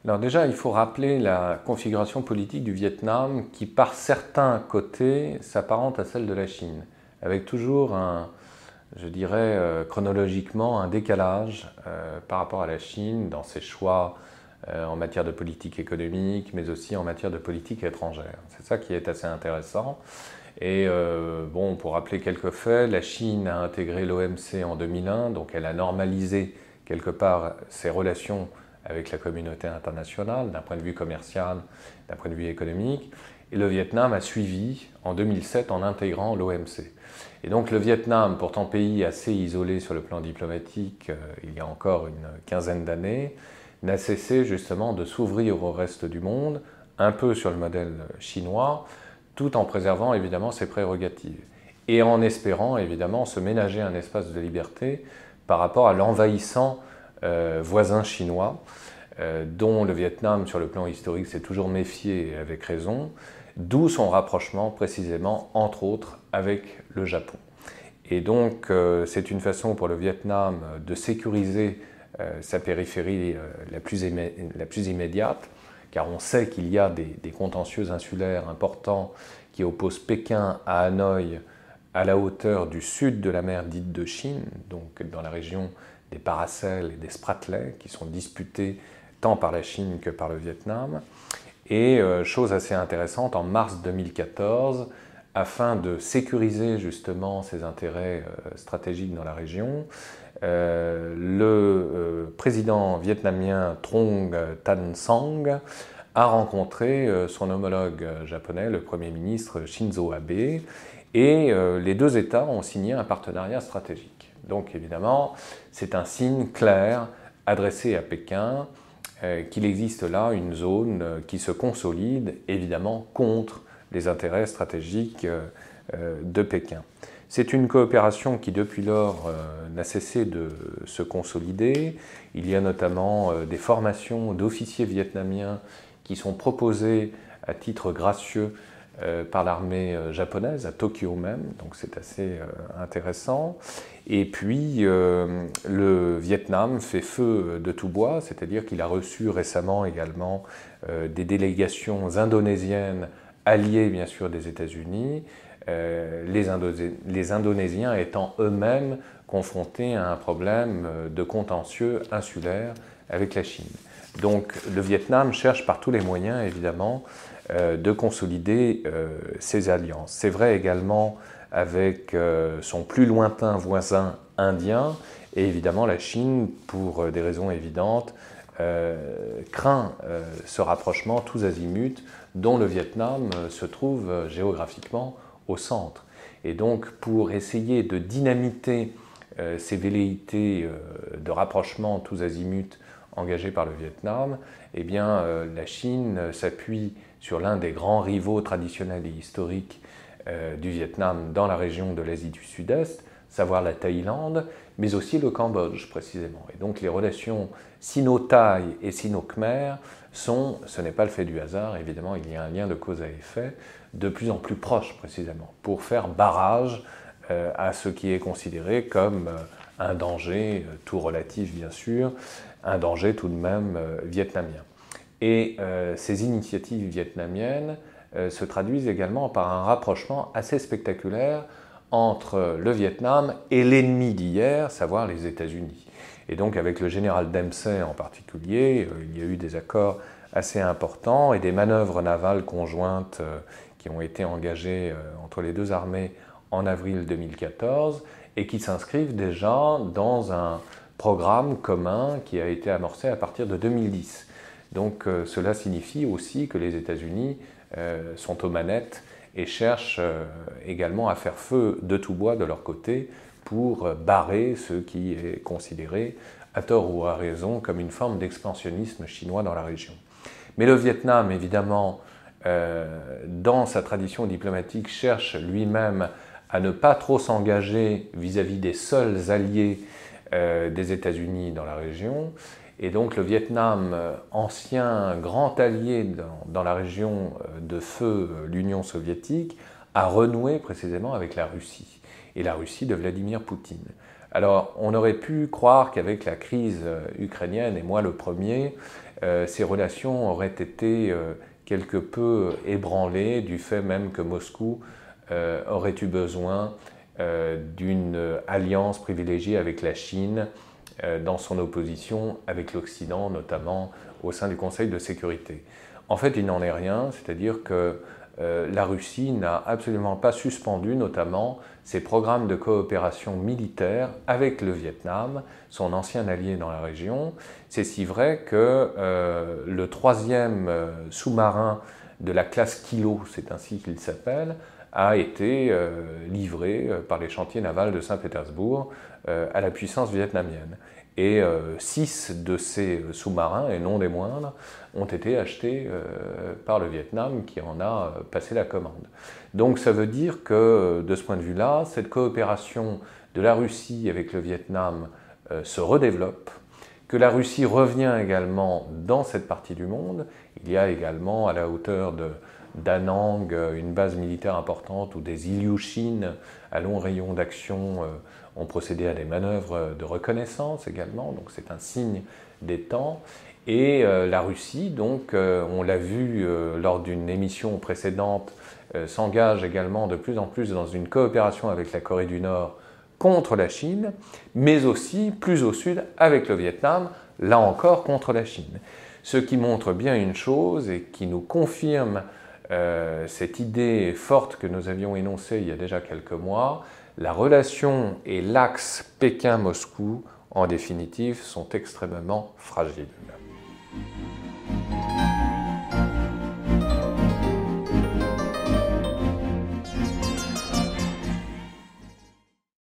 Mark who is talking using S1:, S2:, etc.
S1: Alors déjà, il faut rappeler la configuration politique du Vietnam qui, par certains côtés, s'apparente à celle de la Chine, avec toujours je dirais chronologiquement, un décalage par rapport à la Chine dans ses choix en matière de politique économique, mais aussi en matière de politique étrangère. C'est ça qui est assez intéressant. Et bon, pour rappeler quelques faits, la Chine a intégré l'OMC en 2001, donc elle a normalisé quelque part ses relations avec la communauté internationale, d'un point de vue commercial, d'un point de vue économique. Et le Vietnam a suivi en 2007 en intégrant l'OMC. Et donc le Vietnam, pourtant pays assez isolé sur le plan diplomatique il y a encore une quinzaine d'années, n'a cessé justement de s'ouvrir au reste du monde, un peu sur le modèle chinois, tout en préservant évidemment ses prérogatives. Et en espérant évidemment se ménager un espace de liberté par rapport à l'envahissant voisin chinois, dont le Vietnam, sur le plan historique, s'est toujours méfié, avec raison, d'où son rapprochement précisément, entre autres, avec le Japon. Et donc, c'est une façon pour le Vietnam de sécuriser sa périphérie la plus immédiate, car on sait qu'il y a des contentieux insulaires importants qui opposent Pékin à Hanoï à la hauteur du sud de la mer dite de Chine, donc dans la région des Paracels et des Spratlais, qui sont disputés tant par la Chine que par le Vietnam. Et chose assez intéressante, en mars 2014, afin de sécuriser justement ses intérêts stratégiques dans la région, le président vietnamien Trong Tan Sang a rencontré son homologue japonais, le Premier ministre Shinzo Abe, et les deux États ont signé un partenariat stratégique. Donc évidemment, c'est un signe clair adressé à Pékin qu'il existe là une zone qui se consolide, évidemment, contre les intérêts stratégiques de Pékin. C'est une coopération qui, depuis lors, n'a cessé de se consolider. Il y a notamment des formations d'officiers vietnamiens qui sont proposées à titre gracieux par l'armée japonaise, à Tokyo même, donc c'est assez intéressant. Et puis, le Vietnam fait feu de tout bois, c'est-à-dire qu'il a reçu récemment également des délégations indonésiennes alliées, bien sûr, des États-Unis, les Indonésiens étant eux-mêmes confrontés à un problème de contentieux insulaire avec la Chine. Donc, le Vietnam cherche par tous les moyens, évidemment, de consolider ses alliances. C'est vrai également avec son plus lointain voisin indien, et évidemment la Chine, pour des raisons évidentes, craint ce rapprochement tous azimuts dont le Vietnam se trouve géographiquement au centre. Et donc pour essayer de dynamiter ces velléités de rapprochement tous azimuts engagées par le Vietnam, eh bien, la Chine s'appuie sur l'un des grands rivaux traditionnels et historiques du Vietnam dans la région de l'Asie du Sud-Est, savoir la Thaïlande, mais aussi le Cambodge précisément. Et donc les relations sino-thaï et sino-khmer ce n'est pas le fait du hasard, évidemment il y a un lien de cause à effet, de plus en plus proche précisément, pour faire barrage à ce qui est considéré comme un danger, tout relatif bien sûr, un danger tout de même vietnamien. Et ces initiatives vietnamiennes se traduisent également par un rapprochement assez spectaculaire entre le Vietnam et l'ennemi d'hier, savoir les États-Unis. Et donc avec le général Dempsey en particulier, il y a eu des accords assez importants et des manœuvres navales conjointes qui ont été engagées entre les deux armées en avril 2014 et qui s'inscrivent déjà dans un programme commun qui a été amorcé à partir de 2010. Donc cela signifie aussi que les États-Unis sont aux manettes et cherchent également à faire feu de tout bois de leur côté pour barrer ce qui est considéré, à tort ou à raison, comme une forme d'expansionnisme chinois dans la région. Mais le Vietnam, évidemment, dans sa tradition diplomatique, cherche lui-même à ne pas trop s'engager vis-à-vis des seuls alliés des États-Unis dans la région. Et donc le Vietnam, ancien grand allié dans la région de feu l'Union soviétique, a renoué précisément avec la Russie, et la Russie de Vladimir Poutine. Alors, on aurait pu croire qu'avec la crise ukrainienne, et moi le premier, ces relations auraient été quelque peu ébranlées du fait même que Moscou aurait eu besoin d'une alliance privilégiée avec la Chine dans son opposition avec l'Occident, notamment au sein du Conseil de sécurité. En fait, il n'en est rien, c'est-à-dire que la Russie n'a absolument pas suspendu notamment ses programmes de coopération militaire avec le Vietnam, son ancien allié dans la région. C'est si vrai que le troisième sous-marin de la classe Kilo, c'est ainsi qu'il s'appelle, a été livré par les chantiers navals de Saint-Pétersbourg à la puissance vietnamienne. Et 6 de ces sous-marins, et non des moindres, ont été achetés par le Vietnam qui en a passé la commande. Donc ça veut dire que de ce point de vue-là, cette coopération de la Russie avec le Vietnam se redéveloppe, que la Russie revient également dans cette partie du monde. Il y a également à la hauteur de Da Nang, une base militaire importante où des Ilyushin à long rayon d'action ont procédé à des manœuvres de reconnaissance également, donc c'est un signe des temps. Et la Russie, donc, on l'a vu lors d'une émission précédente, s'engage également de plus en plus dans une coopération avec la Corée du Nord contre la Chine, mais aussi plus au sud avec le Vietnam, là encore contre la Chine. Ce qui montre bien une chose et qui nous confirme cette idée forte que nous avions énoncée il y a déjà quelques mois, la relation et l'axe Pékin-Moscou, en définitive, sont extrêmement fragiles.